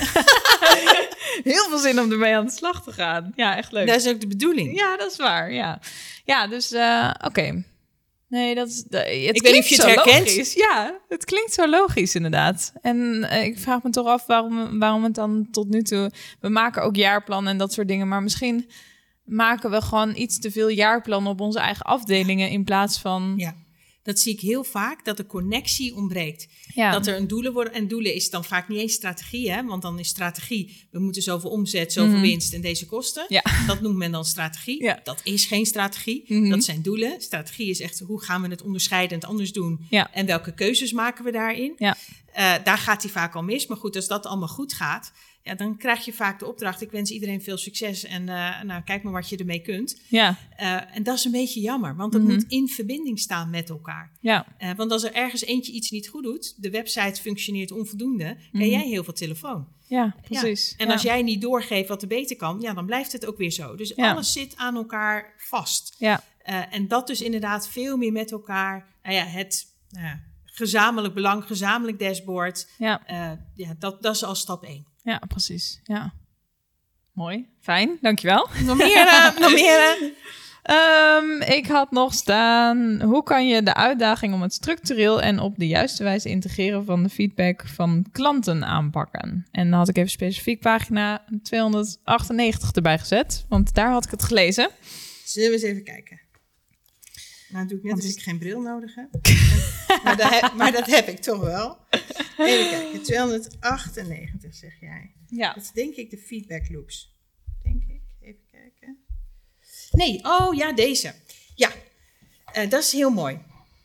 Heel veel zin om ermee aan de slag te gaan. Ja, echt leuk. Dat is ook de bedoeling. Ja, dat is waar. Ja, dus oké. Nee, dat is... Ik weet niet of je het herkent. Logisch. Ja, het klinkt zo logisch inderdaad. En ik vraag me toch af waarom het dan tot nu toe... We maken ook jaarplannen en dat soort dingen, maar misschien maken we gewoon iets te veel jaarplannen op onze eigen afdelingen in plaats van... Ja. Dat zie ik heel vaak, dat de connectie ontbreekt. Ja. Dat er een doelen worden. En doelen is dan vaak niet eens strategie, hè? Want dan is strategie, we moeten zoveel omzet, zoveel winst en deze kosten. Ja. Dat noemt men dan strategie. Ja. Dat is geen strategie. Dat zijn doelen. Strategie is echt, hoe gaan we het onderscheidend anders doen? Ja. En welke keuzes maken we daarin? Ja. Daar gaat hij vaak al mis. Maar goed, als dat allemaal goed gaat, Ja, dan krijg je vaak de opdracht, ik wens iedereen veel succes en kijk maar wat je ermee kunt. Ja. En dat is een beetje jammer, want dat moet in verbinding staan met elkaar. Ja. Want als er ergens eentje iets niet goed doet, de website functioneert onvoldoende, krijg jij heel veel telefoon. Ja, precies. Ja. En als jij niet doorgeeft wat er beter kan, dan blijft het ook weer zo. Dus alles zit aan elkaar vast. Ja. En dat dus inderdaad veel meer met elkaar, het gezamenlijk belang, gezamenlijk dashboard, dat is al stap 1. Ja, precies. Ja. Mooi, fijn, dankjewel. Nog meer? Ik had nog staan, hoe kan je de uitdaging om het structureel en op de juiste wijze integreren van de feedback van klanten aanpakken? En dan had ik even specifiek pagina 298 erbij gezet, want daar had ik het gelezen. Zullen we eens even kijken? Nou, doe ik net alsof ik geen bril nodig heb. maar dat heb ik toch wel. Even kijken, 298 zeg jij. Ja. Dat is denk ik de feedback loops. Denk ik. Even kijken. Nee, deze. Ja, dat is heel mooi.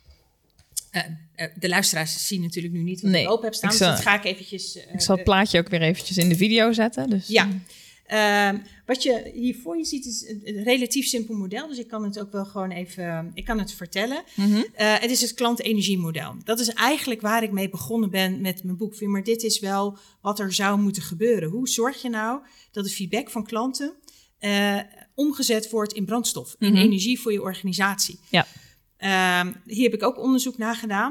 De luisteraars zien natuurlijk nu niet wat ik open heb staan. Dus dat ga ik eventjes... ik zal het plaatje ook weer eventjes in de video zetten. Dus. Ja. Wat je hier voor je ziet is een relatief simpel model. Dus ik kan het ook wel gewoon even... Ik kan het vertellen. Het is het klantenergiemodel. Dat is eigenlijk waar ik mee begonnen ben met mijn boek. Maar dit is wel wat er zou moeten gebeuren. Hoe zorg je nou dat de feedback van klanten omgezet wordt in brandstof, in energie voor je organisatie? Ja. Hier heb ik ook onderzoek naar gedaan.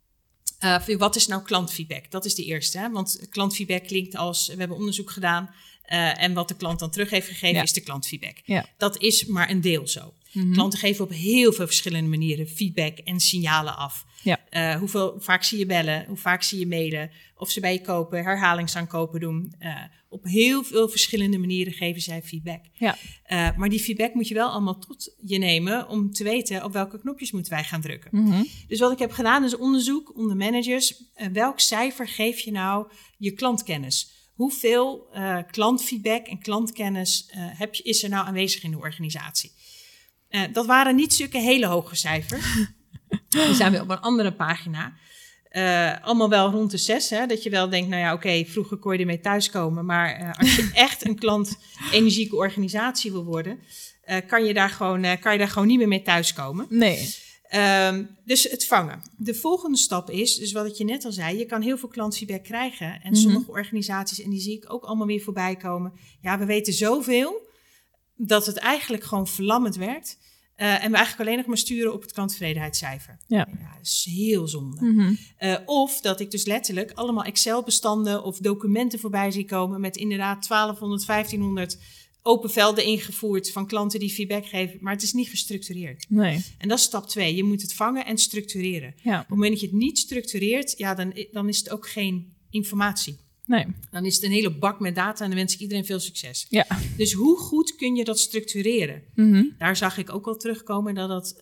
Wat is nou klantfeedback? Dat is de eerste. Hè? Want klantfeedback klinkt als, we hebben onderzoek gedaan en wat de klant dan terug heeft gegeven is de klantfeedback. Ja. Dat is maar een deel zo. Klanten geven op heel veel verschillende manieren feedback en signalen af. Ja. Hoe vaak zie je bellen, hoe vaak zie je mailen, of ze bij je kopen, herhalingsaankopen doen. Op heel veel verschillende manieren geven zij feedback. Ja. Maar die feedback moet je wel allemaal tot je nemen om te weten op welke knopjes moeten wij gaan drukken. Dus wat ik heb gedaan is onderzoek onder managers. Welk cijfer geef je nou je klantkennis? Hoeveel klantfeedback en klantkennis is er nou aanwezig in de organisatie? Dat waren niet zulke hele hoge cijfers. Die zijn weer op een andere pagina. Allemaal wel rond de 6. Hè? Dat je wel denkt, vroeger kon je ermee thuiskomen. Maar als je echt een klantenergieke organisatie wil worden, kan je daar gewoon niet meer mee thuiskomen. Nee. Dus het vangen. De volgende stap is, dus wat ik je net al zei, je kan heel veel klantfeedback krijgen. En sommige organisaties, en die zie ik ook allemaal weer voorbij komen. Ja, we weten zoveel dat het eigenlijk gewoon verlammend werkt. En we eigenlijk alleen nog maar sturen op het klanttevredenheidscijfer. Ja, dat is heel zonde. Of dat ik dus letterlijk allemaal Excel-bestanden of documenten voorbij zie komen met inderdaad 1200, 1500 open velden ingevoerd van klanten die feedback geven. Maar het is niet gestructureerd. Nee. En dat is stap 2. Je moet het vangen en structureren. Ja. Op het moment dat je het niet structureert, dan is het ook geen informatie. Nee. Dan is het een hele bak met data en dan wens ik iedereen veel succes. Ja. Dus hoe goed kun je dat structureren? Daar zag ik ook al terugkomen dat dat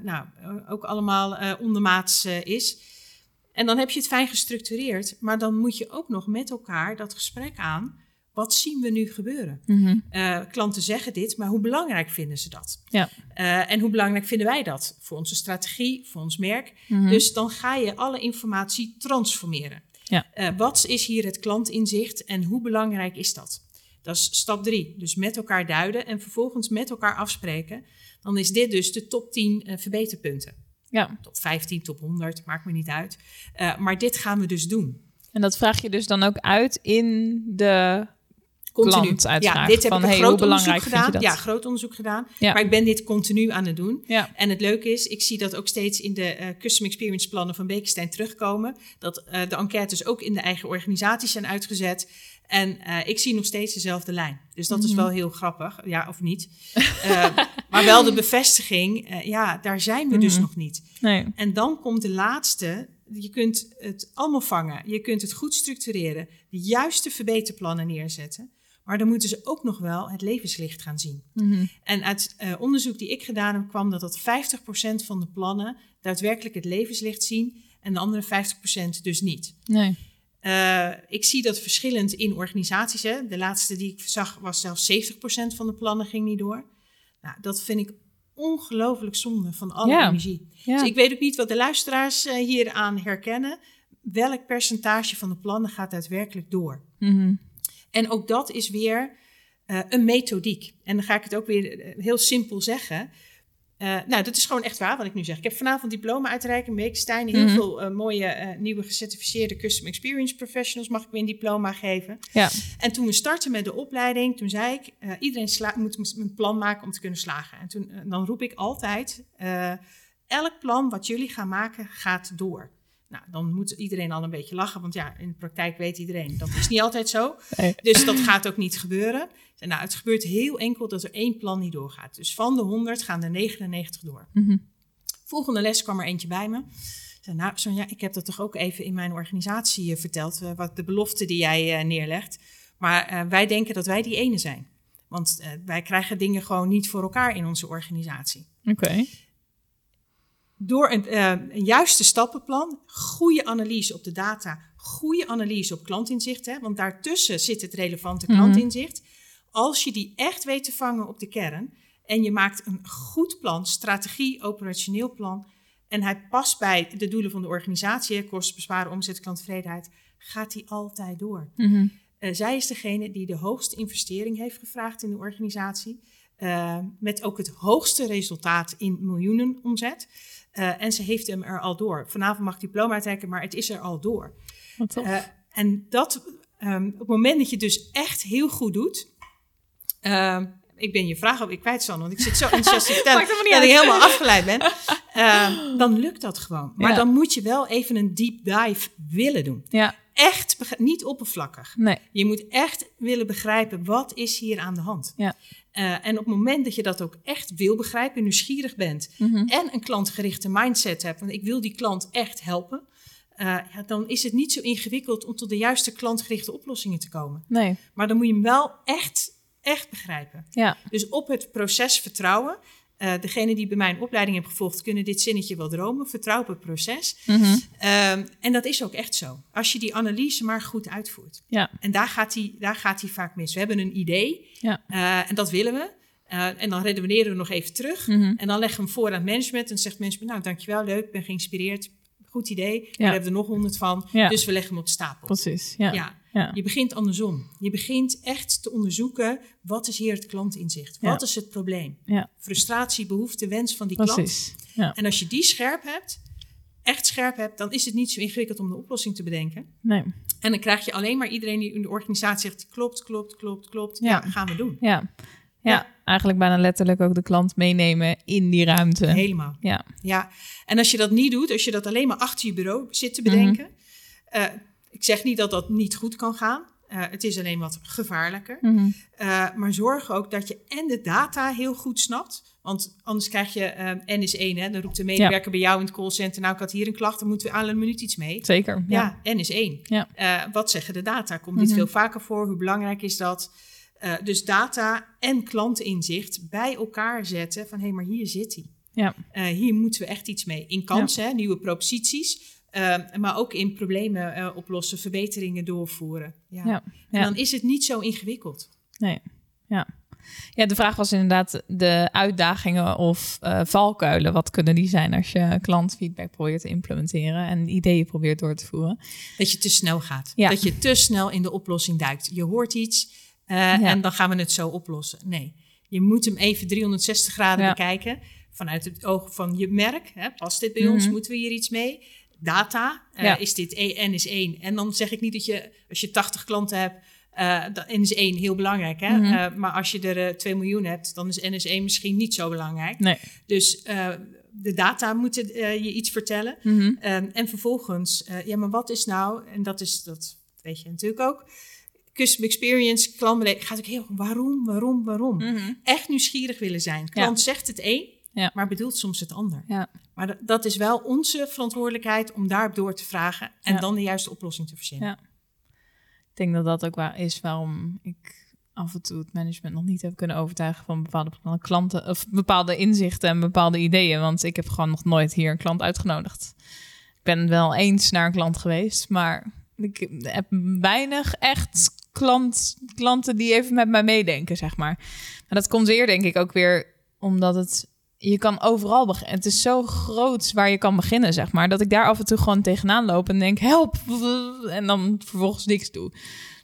ook allemaal ondermaats is. En dan heb je het fijn gestructureerd, maar dan moet je ook nog met elkaar dat gesprek aan. Wat zien we nu gebeuren? Klanten zeggen dit, maar hoe belangrijk vinden ze dat? Ja. En hoe belangrijk vinden wij dat? Voor onze strategie, voor ons merk. Dus dan ga je alle informatie transformeren. Ja. Wat is hier het klantinzicht en hoe belangrijk is dat? Dat is stap 3. Dus met elkaar duiden en vervolgens met elkaar afspreken. Dan is dit dus de top 10 verbeterpunten. Ja. Top 15, top 100, maakt me niet uit. Maar dit gaan we dus doen. En dat vraag je dus dan ook uit in de klantuitvraag? Ja, dit heb ik een groot onderzoek gedaan. Ja, groot onderzoek gedaan. Ja. Maar ik ben dit continu aan het doen. Ja. En het leuke is, ik zie dat ook steeds in de Custom Experience plannen van Bekenstein terugkomen. Dat de enquêtes ook in de eigen organisaties zijn uitgezet. En ik zie nog steeds dezelfde lijn. Dus dat is wel heel grappig. Ja, of niet. Maar wel de bevestiging. Daar zijn we dus nog niet. Nee. En dan komt de laatste. Je kunt het allemaal vangen. Je kunt het goed structureren. De juiste verbeterplannen neerzetten. Maar dan moeten ze ook nog wel het levenslicht gaan zien. En uit onderzoek die ik gedaan heb, kwam dat 50% van de plannen daadwerkelijk het levenslicht zien. En de andere 50% dus niet. Nee. Ik zie dat verschillend in organisaties. Hè. De laatste die ik zag was zelfs 70% van de plannen ging niet door. Nou, dat vind ik ongelooflijk zonde van alle energie. Ja. Dus ik weet ook niet wat de luisteraars hieraan herkennen. Welk percentage van de plannen gaat daadwerkelijk door? En ook dat is weer een methodiek. En dan ga ik het ook weer heel simpel zeggen. Dat is gewoon echt waar wat ik nu zeg. Ik heb vanavond diploma-uitreiking in Bekenstein. Heel veel mooie nieuwe gecertificeerde Customer Experience Professionals mag ik weer een diploma geven. Ja. En toen we startten met de opleiding, toen zei ik, iedereen moet een plan maken om te kunnen slagen. En dan roep ik altijd, elk plan wat jullie gaan maken, gaat door. Nou, dan moet iedereen al een beetje lachen, want ja, in de praktijk weet iedereen, dat is niet altijd zo. Nee. Dus dat gaat ook niet gebeuren. Nou, het gebeurt heel enkel dat er 1 plan niet doorgaat. Dus van de 100 gaan er 99 door. Volgende les kwam er eentje bij me. Ik zei, nou, Sonja, ik heb dat toch ook even in mijn organisatie verteld, wat de belofte die jij neerlegt. Maar wij denken dat wij die ene zijn. Want wij krijgen dingen gewoon niet voor elkaar in onze organisatie. Oké. Door een juiste stappenplan, goede analyse op de data, goede analyse op klantinzicht, hè, want daartussen zit het relevante klantinzicht. Als je die echt weet te vangen op de kern en je maakt een goed plan, strategie, operationeel plan, en hij past bij de doelen van de organisatie, kosten besparen, omzet, klanttevredenheid, gaat die altijd door. Zij is degene die de hoogste investering heeft gevraagd in de organisatie, met ook het hoogste resultaat in miljoenen omzet. En ze heeft hem er al door. Vanavond mag ik diploma uitreiken, maar het is er al door. En dat, op het moment dat je dus echt heel goed doet. Ik ben je vraag ook kwijt, Sanne, want ik zit zo enthousiast te vertellen dat ik helemaal afgeleid ben. Dan lukt dat gewoon. Maar dan moet je wel even een deep dive willen doen. Ja. Echt, niet oppervlakkig. Nee. Je moet echt willen begrijpen, wat is hier aan de hand? Ja. En op het moment dat je dat ook echt wil begrijpen, nieuwsgierig bent en een klantgerichte mindset hebt, want ik wil die klant echt helpen, dan is het niet zo ingewikkeld om tot de juiste klantgerichte oplossingen te komen. Nee. Maar dan moet je hem wel echt begrijpen. Ja. Dus op het proces vertrouwen. Degene die bij mij een opleiding hebben gevolgd, kunnen dit zinnetje wel dromen. Vertrouw op het proces. En dat is ook echt zo. Als je die analyse maar goed uitvoert. Ja. En daar gaat hij vaak mis. We hebben een idee en dat willen we. En dan redeneren we nog even terug. En dan leggen we hem voor aan het management. En zegt management, nou dankjewel, leuk, ben geïnspireerd. Goed idee. Ja. We hebben er nog 100 van. Ja. Dus we leggen hem op stapel. Precies, ja. Je begint andersom. Je begint echt te onderzoeken, wat is hier het klantinzicht? Wat is het probleem? Ja. Frustratie, behoefte, wens van die klant. Ja. En als je die echt scherp hebt, dan is het niet zo ingewikkeld om de oplossing te bedenken. Nee. En dan krijg je alleen maar iedereen die in de organisatie zegt, klopt. Ja, gaan we doen. Ja, eigenlijk bijna letterlijk ook de klant meenemen in die ruimte. Helemaal. Ja. En als je dat niet doet, als je dat alleen maar achter je bureau zit te bedenken. Ik zeg niet dat dat niet goed kan gaan. Het is alleen wat gevaarlijker. Maar zorg ook dat je en de data heel goed snapt. Want anders krijg je N is 1. Hè? Dan roept de medewerker bij jou in het callcenter. Nou, ik had hier een klacht, dan moeten we aan een minuut iets mee. Zeker. Ja, N is 1. Ja. Wat zeggen de data? Komt dit veel vaker voor? Hoe belangrijk is dat? Dus data en klantinzicht bij elkaar zetten. Van, hé, maar hier zit hij. Ja. Hier moeten we echt iets mee. In kansen, hè, nieuwe proposities. Maar ook in problemen oplossen, verbeteringen doorvoeren. Ja. En dan is het niet zo ingewikkeld. Nee, ja, de vraag was inderdaad de uitdagingen of valkuilen. Wat kunnen die zijn als je klantfeedback probeert te implementeren en ideeën probeert door te voeren? Dat je te snel gaat. Ja. Dat je te snel in de oplossing duikt. Je hoort iets en dan gaan we het zo oplossen. Nee, je moet hem even 360 graden bekijken. Vanuit het oog van je merk. Hè, past dit bij ons? Moeten we hier iets mee? Data, is dit N is 1. En dan zeg ik niet dat je, als je 80 klanten hebt, N is 1 heel belangrijk. Hè? Maar als je er 2 miljoen hebt, dan is N is 1 misschien niet zo belangrijk. Nee. Dus de data moeten je iets vertellen. En vervolgens, maar wat is nou, en dat weet je natuurlijk ook, Customer Experience, klantbeleving, gaat ook heel waarom? Echt nieuwsgierig willen zijn. Klant zegt het een, maar bedoelt soms het ander. Ja. Maar dat is wel onze verantwoordelijkheid om daarop door te vragen en dan de juiste oplossing te verzinnen. Ja. Ik denk dat dat ook is waarom ik af en toe het management nog niet heb kunnen overtuigen van bepaalde klanten of bepaalde inzichten en bepaalde ideeën. Want ik heb gewoon nog nooit hier een klant uitgenodigd. Ik ben wel eens naar een klant geweest, maar ik heb weinig echt klanten die even met mij meedenken, zeg maar. Maar dat komt weer, denk ik, ook weer omdat je kan overal beginnen. Het is zo groot waar je kan beginnen, zeg maar, dat ik daar af en toe gewoon tegenaan loop en denk, help! En dan vervolgens niks doe.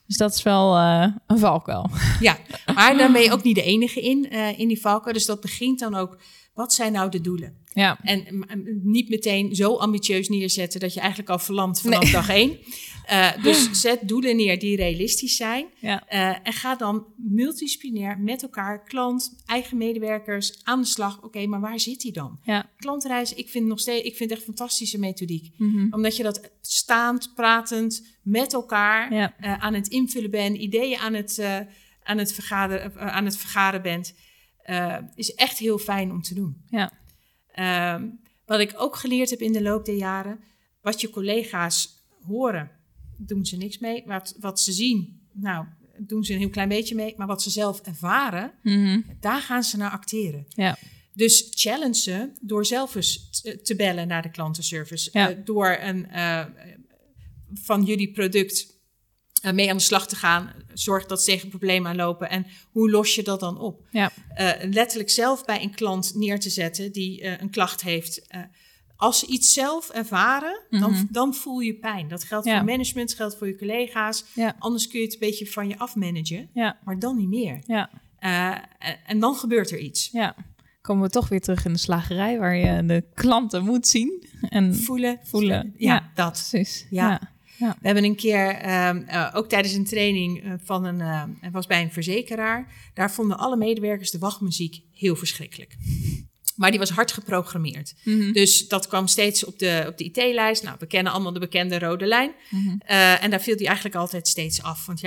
Dus dat is wel een valkuil. Ja, maar daar ben je ook niet de enige in die valkuil. Dus dat begint dan ook, wat zijn nou de doelen? Ja. En niet meteen zo ambitieus neerzetten dat je eigenlijk al verlamt vanaf dag 1. Dus zet doelen neer die realistisch zijn. Ja. En ga dan multidisciplinair met elkaar, klant, eigen medewerkers, aan de slag. Oké, maar waar zit die dan? Ja. Klantreizen, ik vind het echt fantastische methodiek. Omdat je dat staand, pratend, met elkaar aan het invullen bent, ideeën aan het vergaren bent. Is echt heel fijn om te doen. Ja. Wat ik ook geleerd heb in de loop der jaren, wat je collega's horen, doen ze niks mee. Wat ze zien, nou, doen ze een heel klein beetje mee. Maar wat ze zelf ervaren, daar gaan ze naar acteren. Ja. Dus challenge ze door zelf eens te bellen naar de klantenservice. Ja. Door van jullie product mee aan de slag te gaan. Zorg dat ze tegen problemen aanlopen. En hoe los je dat dan op? Ja. Letterlijk zelf bij een klant neer te zetten die een klacht heeft. Als ze iets zelf ervaren, dan voel je pijn. Dat geldt voor management, dat geldt voor je collega's. Ja. Anders kun je het een beetje van je afmanagen. Ja. Maar dan niet meer. Ja. En dan gebeurt er iets. Ja. Komen we toch weer terug in de slagerij, waar je de klanten moet zien. En voelen. Ja, dat. Precies. Ja. Ja. We hebben een keer, ook tijdens een training het was bij een verzekeraar. Daar vonden alle medewerkers de wachtmuziek heel verschrikkelijk. Maar die was hard geprogrammeerd. Dus dat kwam steeds op de IT-lijst. Nou, we kennen allemaal de bekende rode lijn. En daar viel die eigenlijk altijd steeds af. Want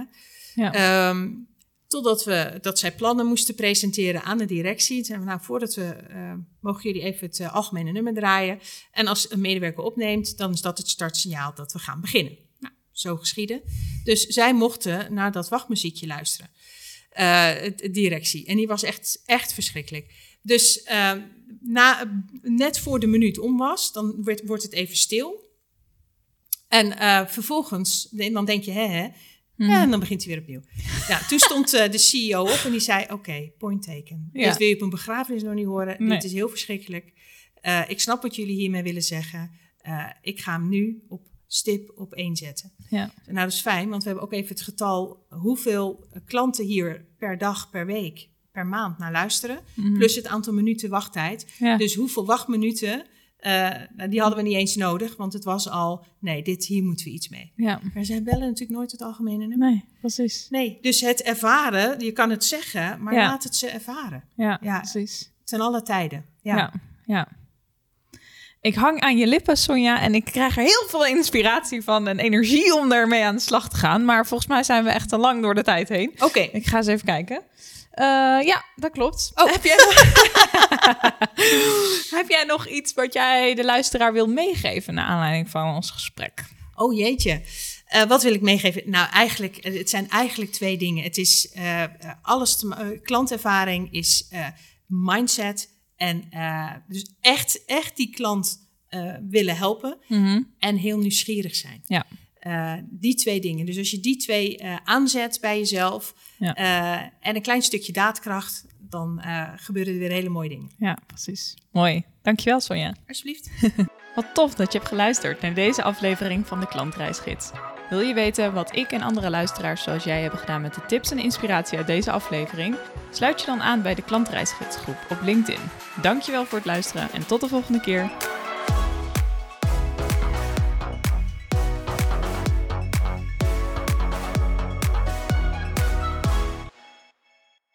totdat zij plannen moesten presenteren aan de directie. Toen zeiden we, nou, voordat we mogen jullie even het algemene nummer draaien. En als een medewerker opneemt, dan is dat het startsignaal dat we gaan beginnen. Nou, zo geschiedde. Dus zij mochten naar dat wachtmuziekje luisteren. De directie. En die was echt verschrikkelijk. Dus net voor de minuut om was, dan wordt het even stil. En vervolgens, dan denk je, hè. Ja, en dan begint hij weer opnieuw. Nou, toen stond de CEO op en die zei, oké, point taken. Ja. Dit wil je op een begrafenis nog niet horen. Nee. Dit is heel verschrikkelijk. Ik snap wat jullie hiermee willen zeggen. Ik ga hem nu op 1 zetten. Ja. Nou, dat is fijn, want we hebben ook even het getal hoeveel klanten hier per dag, per week, per maand naar luisteren. Plus het aantal minuten wachttijd. Ja. Dus hoeveel wachtminuten, die hadden we niet eens nodig, want het was al, hier moeten we iets mee. Ja. Maar zij bellen natuurlijk nooit het algemene nummer. Nee, precies. Nee, dus het ervaren, je kan het zeggen, maar laat het ze ervaren. Ja, precies. Ten alle tijden. Ja. Ik hang aan je lippen, Sonja, en ik krijg er heel veel inspiratie van en energie om ermee aan de slag te gaan. Maar volgens mij zijn we echt te lang door de tijd heen. Oké. Ik ga eens even kijken. Ja, dat klopt. Oh. Heb jij nog iets wat jij de luisteraar wil meegeven naar aanleiding van ons gesprek? Oh jeetje. Wat wil ik meegeven? Nou, het zijn eigenlijk 2 dingen. Het is klantervaring is mindset en dus echt die klant willen helpen en heel nieuwsgierig zijn. Ja. Die 2 dingen. Dus als je die 2 aanzet bij jezelf en een klein stukje daadkracht, dan gebeuren er weer hele mooie dingen. Ja, precies. Mooi. Dankjewel, Sonja. Alsjeblieft. Wat tof dat je hebt geluisterd naar deze aflevering van de Klantreisgids. Wil je weten wat ik en andere luisteraars zoals jij hebben gedaan met de tips en inspiratie uit deze aflevering? Sluit je dan aan bij de Klantreisgidsgroep op LinkedIn. Dankjewel voor het luisteren en tot de volgende keer.